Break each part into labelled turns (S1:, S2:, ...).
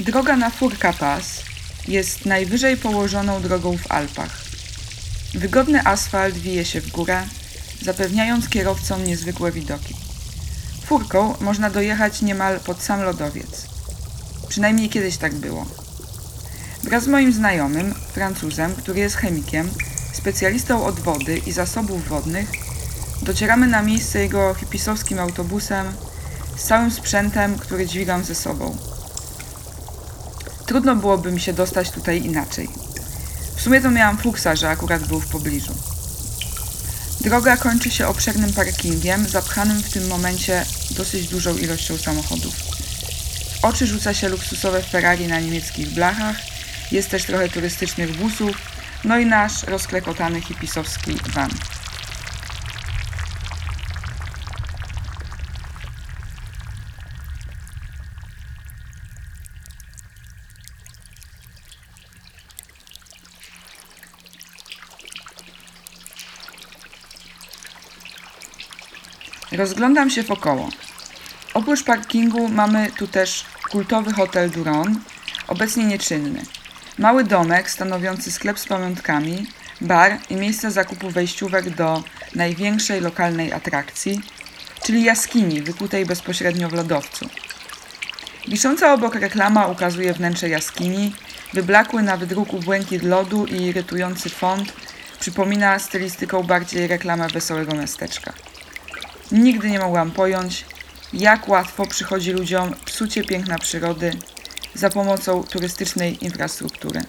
S1: Droga na Furka Pass jest najwyżej położoną drogą w Alpach. Wygodny asfalt wije się w górę, zapewniając kierowcom niezwykłe widoki. Furką można dojechać niemal pod sam lodowiec. Przynajmniej kiedyś tak było. Wraz z moim znajomym, Francuzem, który jest chemikiem, specjalistą od wody i zasobów wodnych, docieramy na miejsce jego hipisowskim autobusem z całym sprzętem, który dźwigam ze sobą. Trudno byłoby mi się dostać tutaj inaczej. W sumie to miałam fuksa, że akurat był w pobliżu. Droga kończy się obszernym parkingiem, zapchanym w tym momencie dosyć dużą ilością samochodów. W oczy rzuca się luksusowe Ferrari na niemieckich blachach, jest też trochę turystycznych busów, no i nasz rozklekotany hipisowski van. Rozglądam się wokoło. Oprócz parkingu mamy tu też kultowy hotel Duron, obecnie nieczynny. Mały domek stanowiący sklep z pamiątkami, bar i miejsce zakupu wejściówek do największej lokalnej atrakcji, czyli jaskini wykutej bezpośrednio w lodowcu. Wisząca obok reklama ukazuje wnętrze jaskini, wyblakły na wydruku błękit lodu i irytujący font przypomina stylistyką bardziej reklamę wesołego miasteczka. Nigdy nie mogłam pojąć, jak łatwo przychodzi ludziom psucie piękna przyrody za pomocą turystycznej infrastruktury.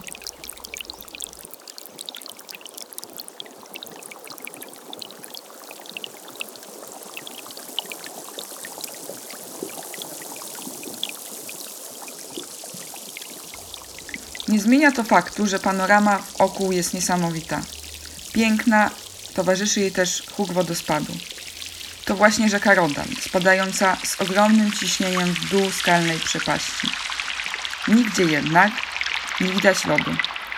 S1: Nie zmienia to faktu, że panorama wokół jest niesamowita. Piękna, towarzyszy jej też huk wodospadu. To właśnie rzeka Rodan, spadająca z ogromnym ciśnieniem w dół skalnej przepaści. Nigdzie jednak nie widać lodu.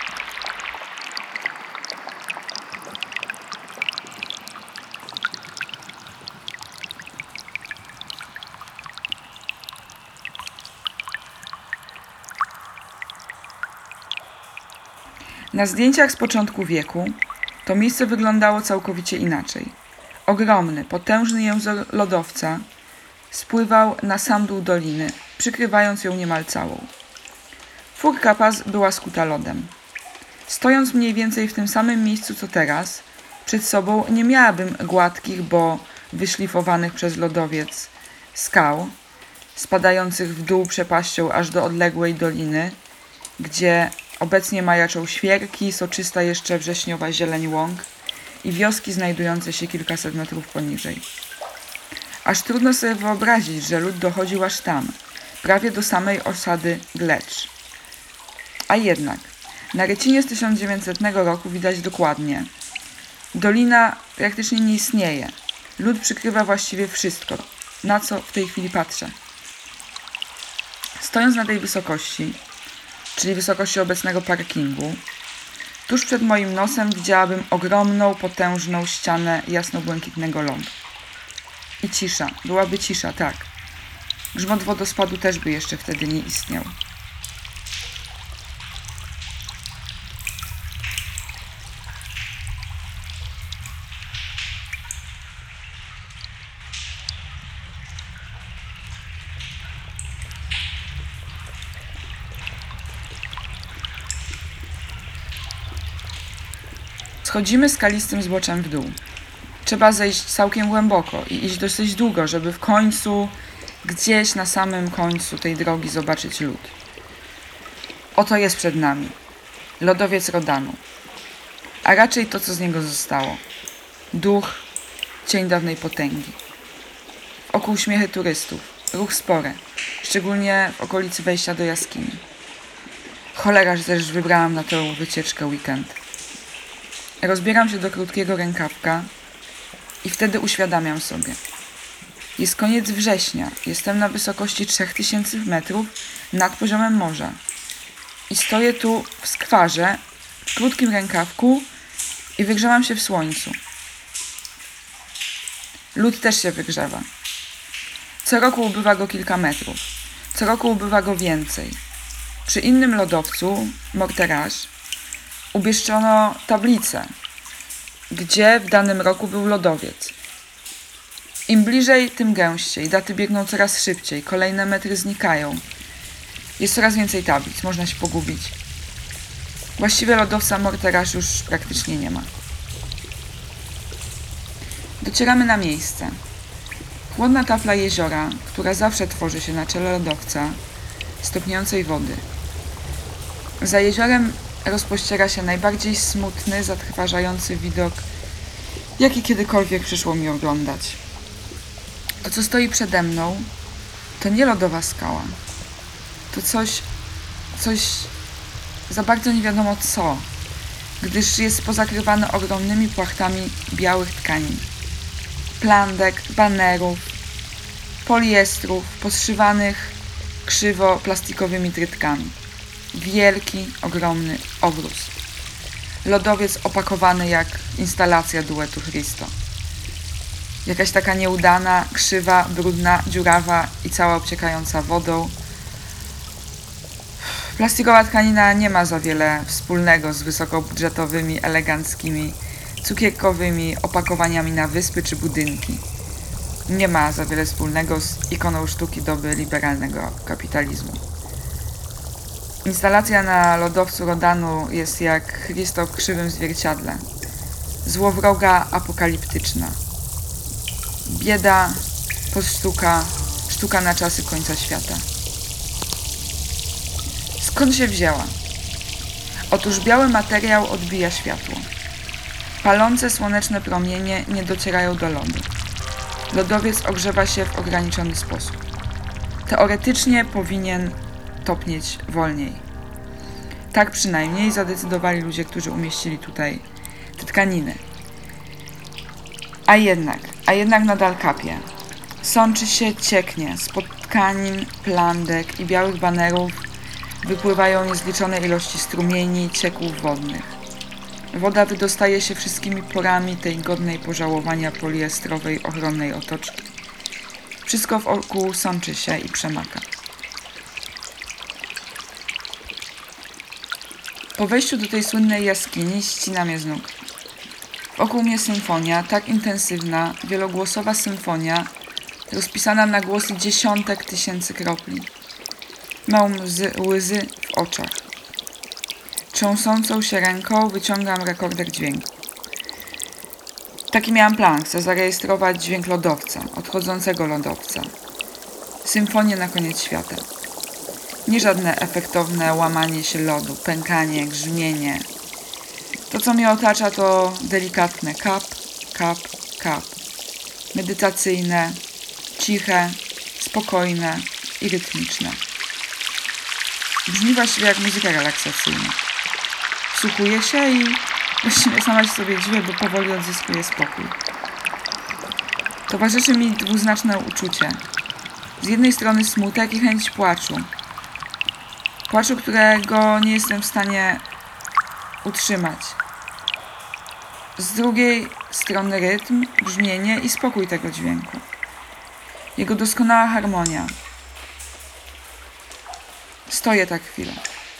S1: Na zdjęciach z początku wieku to miejsce wyglądało całkowicie inaczej. Ogromny, potężny język lodowca spływał na sam dół doliny, przykrywając ją niemal całą. Furka Pass była skuta lodem. Stojąc mniej więcej w tym samym miejscu co teraz, przed sobą nie miałabym gładkich, bo wyszlifowanych przez lodowiec skał, spadających w dół przepaścią aż do odległej doliny, gdzie obecnie majaczą świerki, soczysta jeszcze wrześniowa zieleń łąk i wioski znajdujące się kilkaset metrów poniżej. Aż trudno sobie wyobrazić, że lód dochodził aż tam, prawie do samej osady Glecz. A jednak, na rycinie z 1900 roku widać dokładnie. Dolina praktycznie nie istnieje. Lód przykrywa właściwie wszystko, na co w tej chwili patrzę. Stojąc na tej wysokości, czyli wysokości obecnego parkingu, tuż przed moim nosem widziałabym ogromną, potężną ścianę jasnobłękitnego lodu. I cisza, byłaby cisza, tak. Grzmot wodospadu też by jeszcze wtedy nie istniał. Schodzimy skalistym zboczem w dół. Trzeba zejść całkiem głęboko i iść dosyć długo, żeby w końcu, gdzieś na samym końcu tej drogi zobaczyć lód. Oto jest przed nami. Lodowiec Rodanu. A raczej to, co z niego zostało. Duch, cień dawnej potęgi. Wokół śmiechy turystów. Ruch spory. Szczególnie w okolicy wejścia do jaskini. Cholera, że też wybrałam na tę wycieczkę weekend. Rozbieram się do krótkiego rękawka i wtedy uświadamiam sobie. Jest koniec września, jestem na wysokości 3000 metrów nad poziomem morza. I stoję tu w skwarze, w krótkim rękawku i wygrzewam się w słońcu. Lód też się wygrzewa. Co roku ubywa go kilka metrów. Co roku ubywa go więcej. Przy innym lodowcu, Morterage, umieszczono tablicę, gdzie w danym roku był lodowiec. Im bliżej, tym gęściej. Daty biegną coraz szybciej, kolejne metry znikają. Jest coraz więcej tablic, można się pogubić. Właściwie lodowca Morterage już praktycznie nie ma. Docieramy na miejsce. Chłodna tafla jeziora, która zawsze tworzy się na czele lodowca, stopniającej wody. Za jeziorem rozpościera się najbardziej smutny, zatrważający widok, jaki kiedykolwiek przyszło mi oglądać. To, co stoi przede mną, to nie lodowa skała. To coś za bardzo nie wiadomo co, gdyż jest pozakrywane ogromnymi płachtami białych tkanin. Plandek, banerów, poliestrów, poszywanych krzywo plastikowymi trytkami. Wielki, ogromny obrus. Lodowiec opakowany jak instalacja duetu Christo. Jakaś taka nieudana, krzywa, brudna, dziurawa i cała obciekająca wodą. Plastikowa tkanina nie ma za wiele wspólnego z wysokobudżetowymi, eleganckimi, cukierkowymi opakowaniami na wyspy czy budynki. Nie ma za wiele wspólnego z ikoną sztuki doby liberalnego kapitalizmu. Instalacja na lodowcu Rodanu jest jak Christo w krzywym zwierciadle. Złowroga, apokaliptyczna. Bieda, postsztuka, sztuka na czasy końca świata. Skąd się wzięła? Otóż biały materiał odbija światło. Palące słoneczne promienie nie docierają do lodu. Lodowiec ogrzewa się w ograniczony sposób. Teoretycznie powinien topnieć wolniej. Tak przynajmniej zadecydowali ludzie, którzy umieścili tutaj te tkaniny. A jednak nadal kapie. Sączy się, cieknie. Spod tkanin, plandek i białych banerów wypływają niezliczone ilości strumieni, cieków wodnych. Woda wydostaje się wszystkimi porami tej godnej pożałowania poliestrowej, ochronnej otoczki. Wszystko wokół sączy się i przemaka. Po wejściu do tej słynnej jaskini ścina mnie z nóg. Wokół mnie symfonia, tak intensywna, wielogłosowa symfonia, rozpisana na głosy dziesiątek tysięcy kropli. Mam łzy w oczach. Trząsącą się ręką wyciągam rekorder dźwięku. Taki miałam plan, chcę zarejestrować dźwięk lodowca, odchodzącego lodowca. Symfonię na koniec świata. Nie żadne efektowne łamanie się lodu, pękanie, grzmienie. To, co mnie otacza, to delikatne kap, kap, kap. Medytacyjne, ciche, spokojne i rytmiczne. Brzmi właściwie jak muzyka relaksacyjna. Wsłuchuję się i właściwie sama się sobie dziwię, bo powoli odzyskuję spokój. Towarzyszy mi dwuznaczne uczucie. Z jednej strony smutek i chęć płaczu. Płaczu, którego nie jestem w stanie utrzymać. Z drugiej strony rytm, brzmienie i spokój tego dźwięku. Jego doskonała harmonia. Stoję tak chwilę.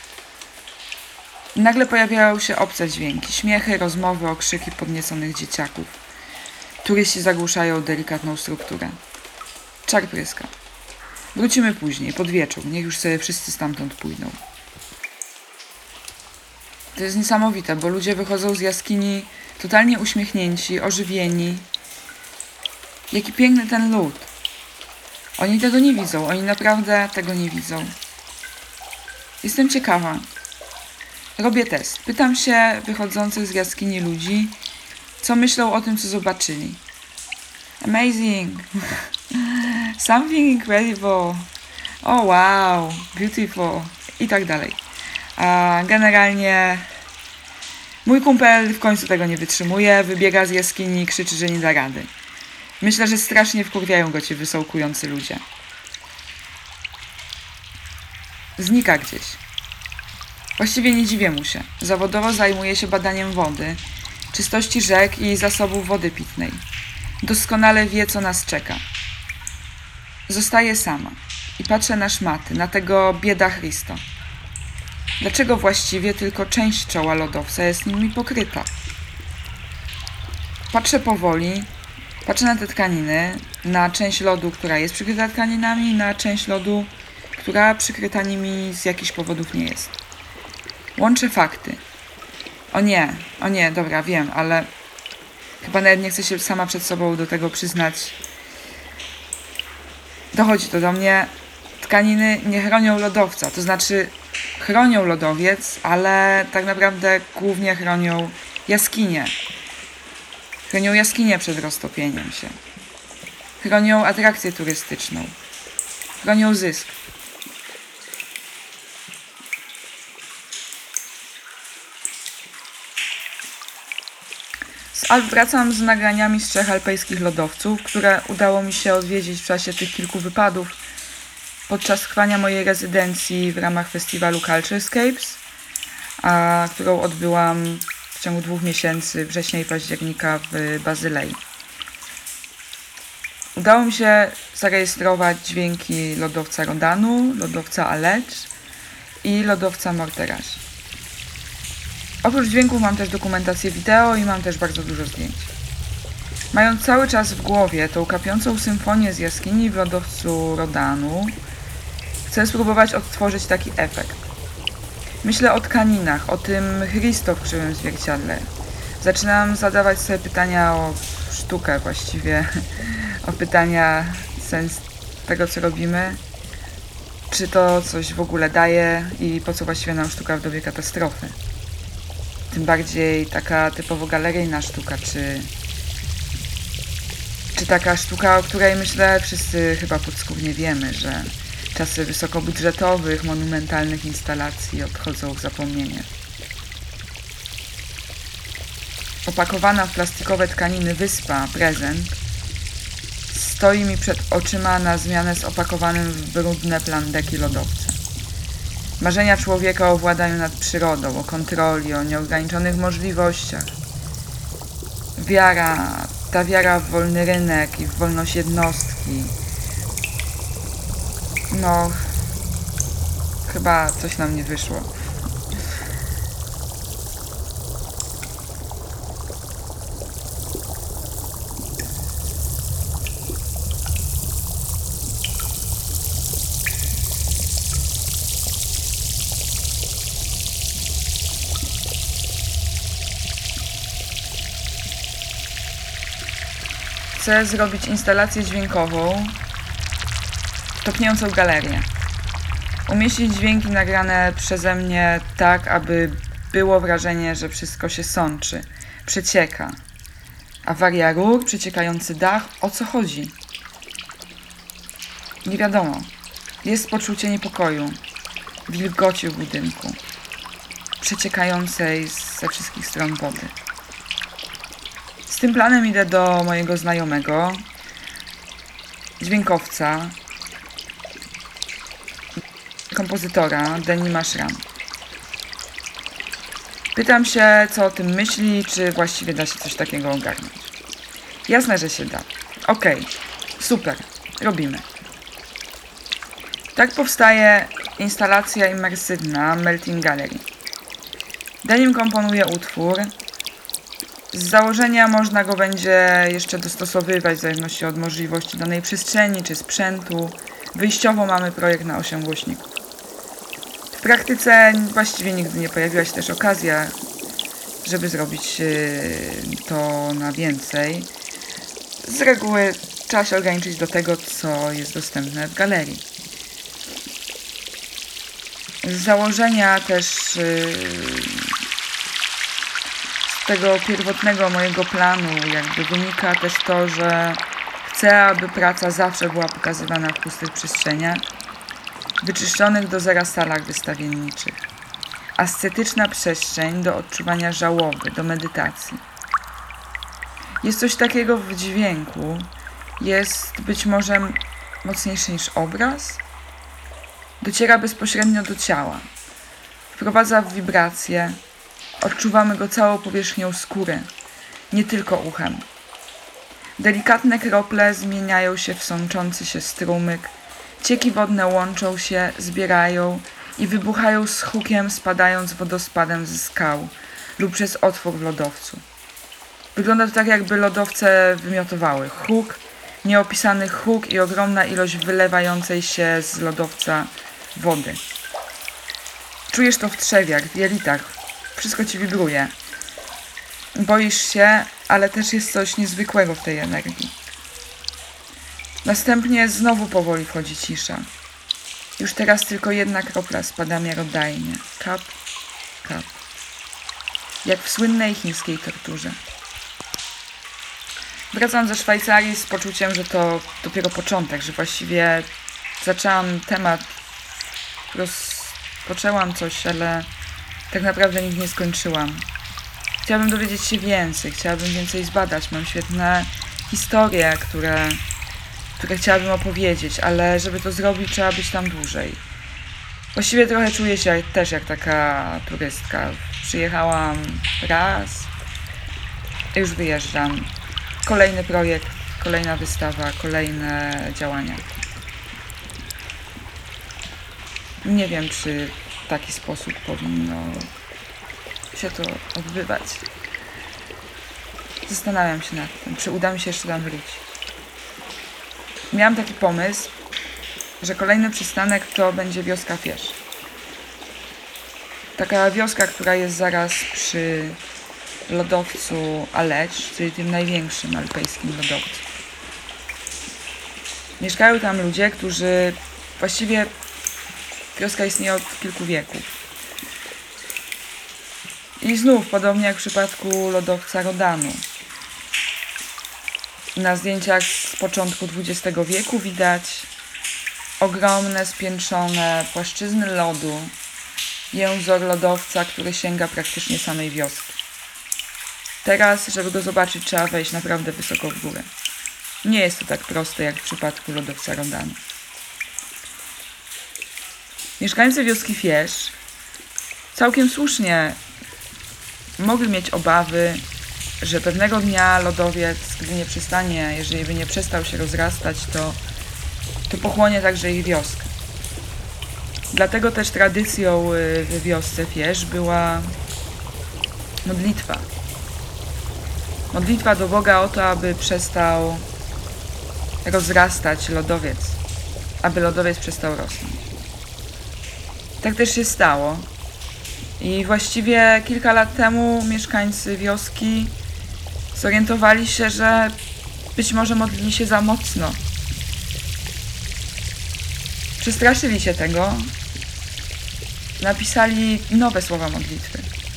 S1: Nagle pojawiają się obce dźwięki, śmiechy, rozmowy, okrzyki podnieconych dzieciaków. Turyści zagłuszają delikatną strukturę. Czar pryska. Wrócimy później, pod wieczór. Niech już sobie wszyscy stamtąd pójdą. To jest niesamowite, bo ludzie wychodzą z jaskini totalnie uśmiechnięci, ożywieni. Jaki piękny ten lód. Oni tego nie widzą, oni naprawdę tego nie widzą. Jestem ciekawa. Robię test. Pytam się wychodzących z jaskini ludzi, co myślą o tym, co zobaczyli. Amazing. Something incredible. Oh wow. Beautiful. I tak dalej. A generalnie mój kumpel w końcu tego nie wytrzymuje, wybiega z jaskini i krzyczy, że nie da rady. Myślę, że strasznie wkurwiają go ci wysołkujący ludzie. Znika gdzieś. Właściwie nie dziwię mu się. Zawodowo zajmuje się badaniem wody, czystości rzek i zasobów wody pitnej. Doskonale wie, co nas czeka. Zostaje sama. i patrzę na szmaty, na tego bieda Christo. Dlaczego właściwie tylko część czoła lodowca jest nimi pokryta? Patrzę powoli, patrzę na te tkaniny, na część lodu, która jest przykryta tkaninami i na część lodu, która przykryta nimi z jakichś powodów nie jest. Łączę fakty. O nie, dobra, wiem, ale chyba nawet nie chcę się sama przed sobą do tego przyznać. Dochodzi to do mnie. Tkaniny nie chronią lodowca, to znaczy chronią lodowiec, ale tak naprawdę głównie chronią jaskinie. Chronią jaskinie przed roztopieniem się. Chronią atrakcję turystyczną. Chronią zysk. Z Alp wracam z nagraniami z 3 alpejskich lodowców, które udało mi się odwiedzić w czasie tych kilku wypadów podczas trwania mojej rezydencji w ramach festiwalu Culturescapes, którą odbyłam w ciągu 2 miesięcy, września i października w Bazylei. Udało mi się zarejestrować dźwięki lodowca Rodanu, lodowca Aletsch i lodowca Morteratsch. Oprócz dźwięków mam też dokumentację wideo i mam też bardzo dużo zdjęć. Mając cały czas w głowie tą kapiącą symfonię z jaskini w lodowcu Rodanu, chcę spróbować odtworzyć taki efekt. Myślę o tkaninach, o tym Christo w krzywym zwierciadle. Zaczynam zadawać sobie pytania o sztukę właściwie, o pytania sens tego, co robimy. Czy to coś w ogóle daje i po co właściwie nam sztuka w dobie katastrofy? Tym bardziej taka typowo galeryjna sztuka, czy taka sztuka, o której myślę wszyscy chyba podskórnie wiemy, że czasy wysokobudżetowych, monumentalnych instalacji odchodzą w zapomnienie. Opakowana w plastikowe tkaniny wyspa, prezent, stoi mi przed oczyma na zmianę z opakowanym w brudne plandeki lodowce. Marzenia człowieka o władaniu nad przyrodą, o kontroli, o nieograniczonych możliwościach. Ta wiara w wolny rynek i w wolność jednostki. No, chyba coś nam nie wyszło. Chcę zrobić instalację dźwiękową w topniejącą galerię. Umieścić dźwięki nagrane przeze mnie tak, aby było wrażenie, że wszystko się sączy, przecieka. Awaria rur, przeciekający dach, o co chodzi? Nie wiadomo. Jest poczucie niepokoju, wilgoci w budynku, przeciekającej ze wszystkich stron wody. Z tym planem idę do mojego znajomego, dźwiękowca, kompozytora Denima Schramm. Pytam się, co o tym myśli, czy właściwie da się coś takiego ogarnąć. Jasne, że się da. Okej, super, robimy. Tak powstaje instalacja imersywna Melting Gallery. Denim komponuje utwór. Z założenia można go będzie jeszcze dostosowywać w zależności od możliwości danej przestrzeni czy sprzętu. Wyjściowo mamy projekt na 8 głośników. W praktyce właściwie nigdy nie pojawiła się też okazja, żeby zrobić to na więcej. Z reguły trzeba się ograniczyć do tego, co jest dostępne w galerii. Z założenia też z tego pierwotnego mojego planu jakby wynika też to, że chcę, aby praca zawsze była pokazywana w pustych przestrzeniach, wyczyszczonych do zera salach wystawienniczych. Ascetyczna przestrzeń do odczuwania żałoby, do medytacji. Jest coś takiego w dźwięku, jest być może mocniejszy niż obraz, dociera bezpośrednio do ciała, wprowadza w wibracje, odczuwamy go całą powierzchnią skóry, nie tylko uchem. Delikatne krople zmieniają się w sączący się strumyk, Cieki wodne łączą się, zbierają i wybuchają z hukiem, spadając wodospadem ze skał lub przez otwór w lodowcu. Wygląda to tak, jakby lodowce wymiotowały. Huk, nieopisany huk i ogromna ilość wylewającej się z lodowca wody. Czujesz to w trzewiach, w jelitach. Wszystko ci wibruje. Boisz się, ale też jest coś niezwykłego w tej energii. Następnie znowu powoli wchodzi cisza. Już teraz tylko jedna kropla spada miarodajnie. Kap, kap. Jak w słynnej chińskiej torturze. Wracam ze Szwajcarii z poczuciem, że to dopiero początek, że właściwie zaczęłam temat, rozpoczęłam coś, ale tak naprawdę nic nie skończyłam. Chciałabym dowiedzieć się więcej, chciałabym więcej zbadać. Mam świetne historie, które chciałabym opowiedzieć, ale żeby to zrobić, trzeba być tam dłużej. Właściwie trochę czuję się też jak taka turystka. Przyjechałam raz, już wyjeżdżam. Kolejny projekt, kolejna wystawa, kolejne działania. Nie wiem, czy w taki sposób powinno się to odbywać. Zastanawiam się nad tym, czy uda mi się jeszcze tam wrócić. Miałam taki pomysł, że kolejny przystanek to będzie wioska Fierz. Taka wioska, która jest zaraz przy lodowcu Alecz, czyli tym największym alpejskim lodowcu. Mieszkają tam ludzie, którzy właściwie wioska istnieje od kilku wieków. I znów, podobnie jak w przypadku lodowca Rodanu. Na zdjęciach z początku XX wieku widać ogromne, spiętrzone płaszczyzny lodu, jęzor lodowca, który sięga praktycznie samej wioski. Teraz, żeby go zobaczyć, trzeba wejść naprawdę wysoko w górę. Nie jest to tak proste jak w przypadku lodowca Rodanu. Mieszkańcy wioski Fierz całkiem słusznie mogli mieć obawy, że pewnego dnia lodowiec, gdy nie przestanie, jeżeli by nie przestał się rozrastać, to pochłonie także ich wioskę. Dlatego też tradycją w wiosce Fierz była modlitwa. Modlitwa do Boga o to, aby przestał rozrastać lodowiec, aby lodowiec przestał rosnąć. Tak też się stało. I właściwie kilka lat temu mieszkańcy wioski zorientowali się, że być może modlili się za mocno. Przestraszyli się tego. Napisali nowe słowa modlitwy.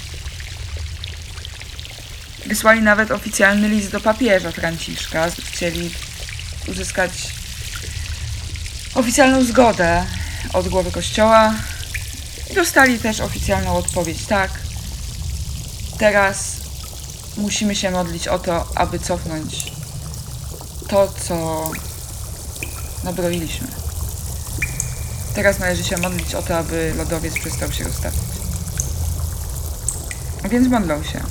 S1: Wysłali nawet oficjalny list do papieża Franciszka. Chcieli uzyskać oficjalną zgodę od głowy kościoła. I dostali też oficjalną odpowiedź. Tak, teraz musimy się modlić o to, aby cofnąć to, co nabroiliśmy. Teraz należy się modlić o to, aby lodowiec przestał się roztapiać. Więc modlą się.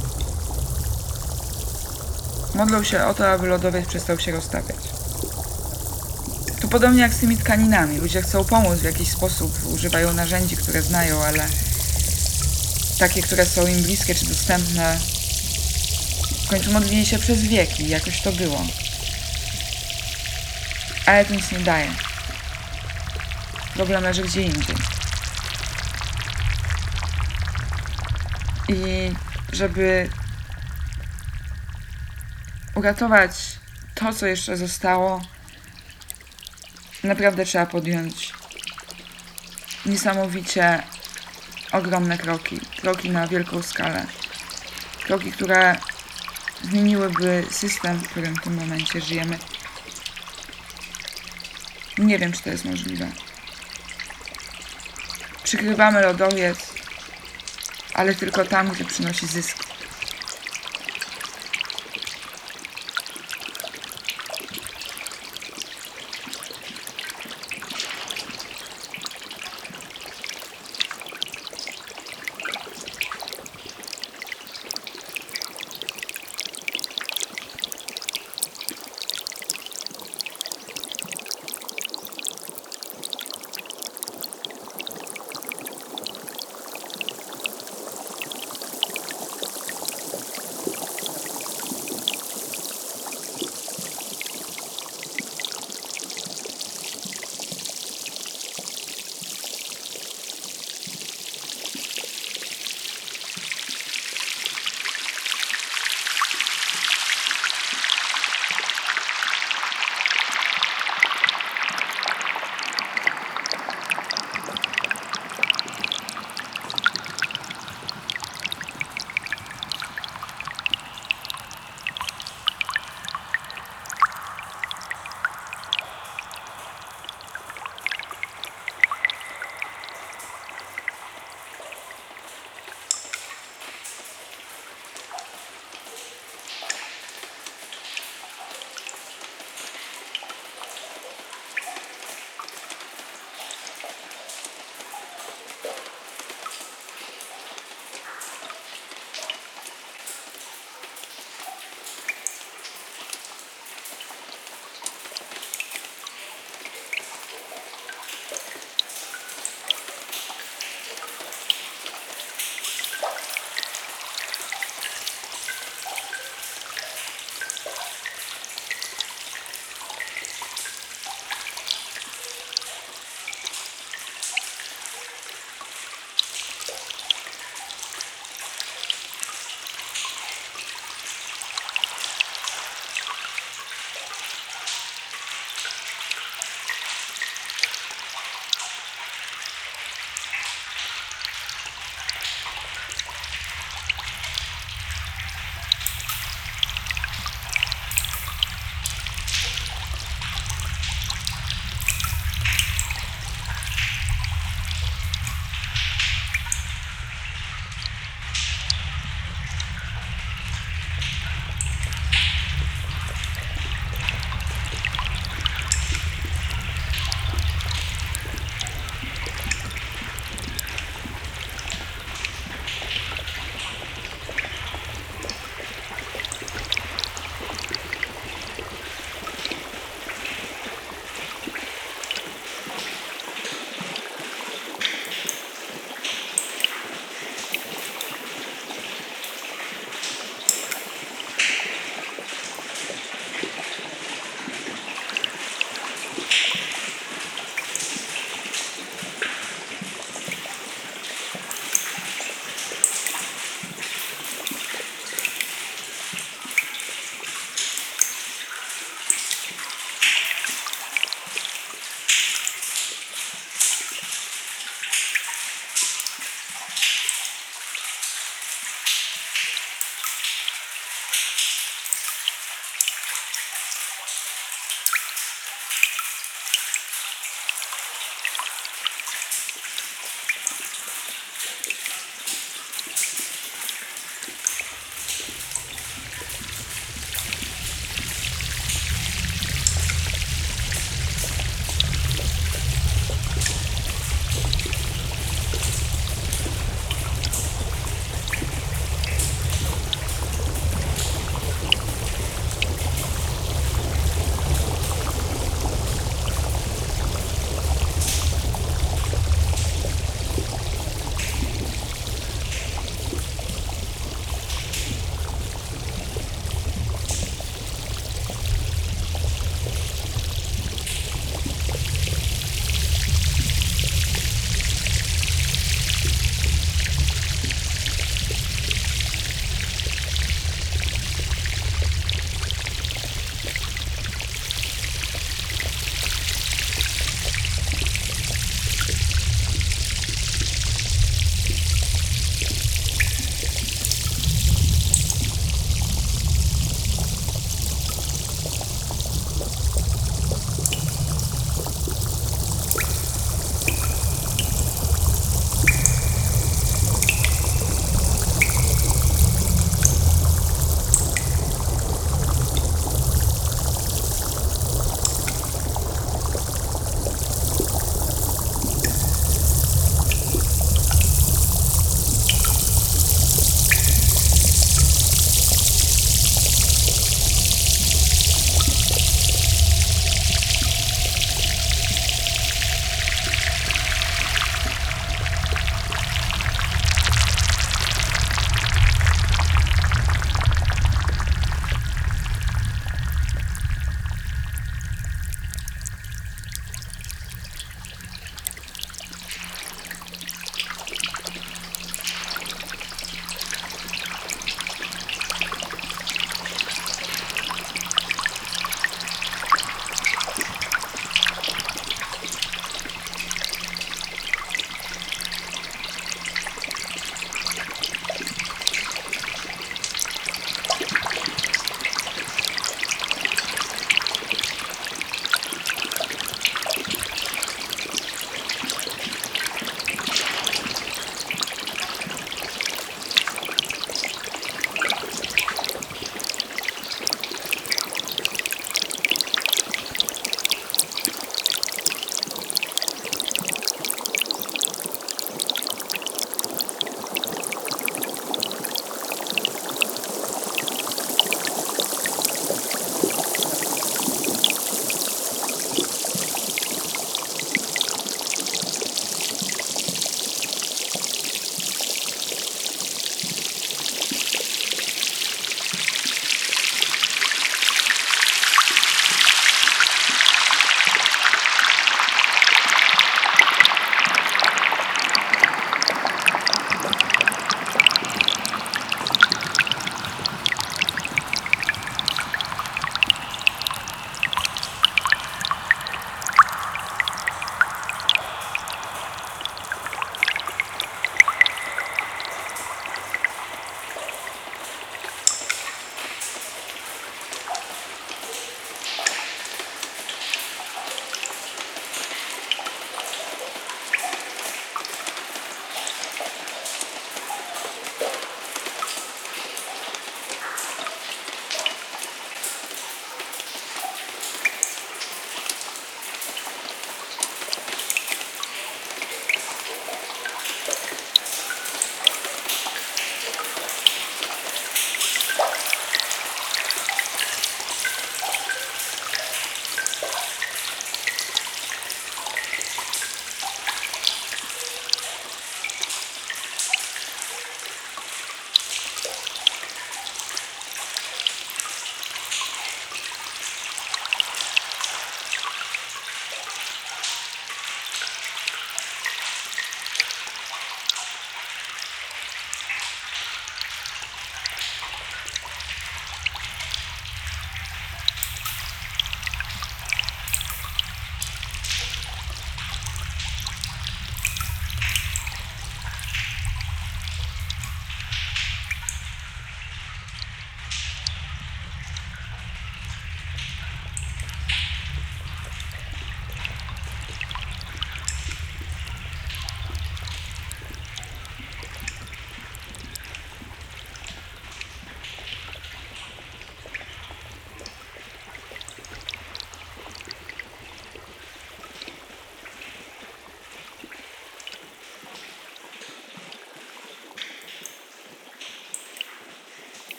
S1: Modlą się o to, aby lodowiec przestał się roztapiać. To podobnie jak z tymi tkaninami. Ludzie chcą pomóc w jakiś sposób, używają narzędzi, które znają, ale takie, które są im bliskie czy dostępne, w końcu modlili się przez wieki. Jakoś to było. Ale to nic nie daje. Problem leży gdzie indziej. I żeby uratować to, co jeszcze zostało, naprawdę trzeba podjąć niesamowicie ogromne kroki. Kroki na wielką skalę. Kroki, które zmieniłyby system, w którym w tym momencie żyjemy. Nie wiem, czy to jest możliwe. Przykrywamy lodowiec, ale tylko tam, gdzie przynosi zysk.